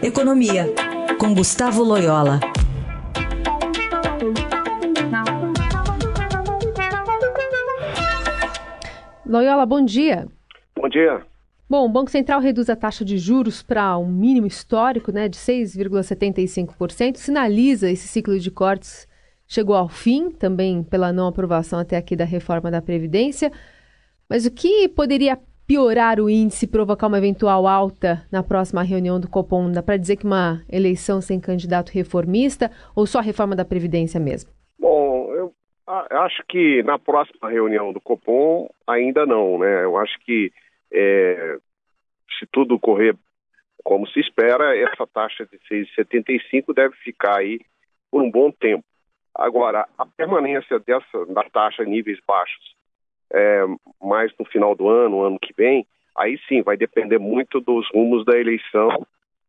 Economia, com Gustavo Loyola. Loyola, bom dia. Bom dia. Bom, o Banco Central reduz a taxa de juros para um mínimo histórico, de 6,75%. Sinaliza esse ciclo de cortes chegou ao fim, também pela não aprovação até aqui da reforma da Previdência. Mas o que poderia piorar o índice e provocar uma eventual alta na próxima reunião do Copom? Dá para dizer que uma eleição sem candidato reformista ou só a reforma da Previdência mesmo? Bom, eu acho que na próxima reunião do Copom ainda não, né? Eu acho que se tudo correr como se espera, essa taxa de 6,75 deve ficar aí por um bom tempo. Agora, a permanência da taxa em níveis baixos, mais no final do ano que vem, aí sim vai depender muito dos rumos da eleição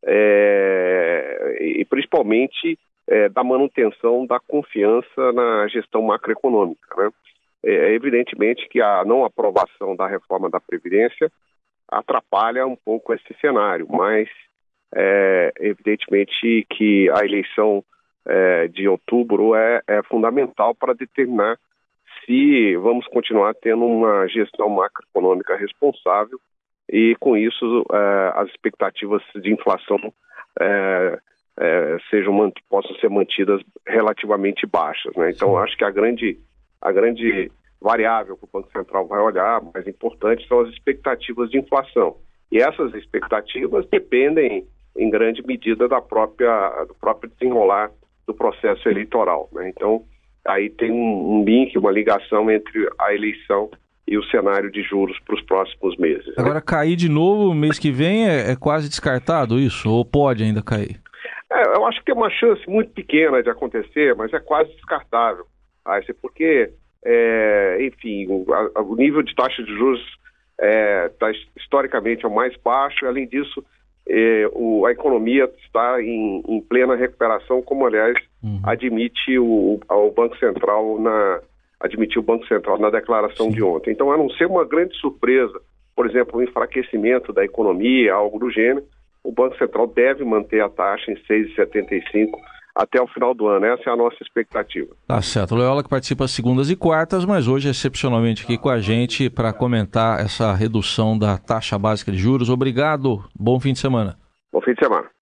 e principalmente da manutenção da confiança na gestão macroeconômica, né? Evidentemente que a não aprovação da reforma da Previdência atrapalha um pouco esse cenário, mas evidentemente que a eleição de outubro é fundamental para determinar se vamos continuar tendo uma gestão macroeconômica responsável e, com isso, as expectativas de inflação possam ser mantidas relativamente baixas, né? Então, acho que a grande variável que o Banco Central vai olhar, mais importante, são as expectativas de inflação. E essas expectativas dependem, em grande medida, do próprio desenrolar do processo eleitoral, né? Então, aí tem um link, uma ligação entre a eleição e o cenário de juros para os próximos meses, né? Agora, cair de novo mês que vem é quase descartado isso? Ou pode ainda cair? Eu acho que tem uma chance muito pequena de acontecer, mas é quase descartável. Porque, enfim, o nível de taxa de juros está historicamente o mais baixo. Além disso, a economia está em plena recuperação, como, aliás, admitiu o Banco Central na declaração de ontem. Então, a não ser uma grande surpresa, por exemplo, o enfraquecimento da economia, algo do gênero, o Banco Central deve manter a taxa em 6,75 até o final do ano. Essa é a nossa expectativa. Tá certo. O Loyola que participa às segundas e quartas, mas hoje excepcionalmente aqui com a gente para comentar essa redução da taxa básica de juros. Obrigado. Bom fim de semana. Bom fim de semana.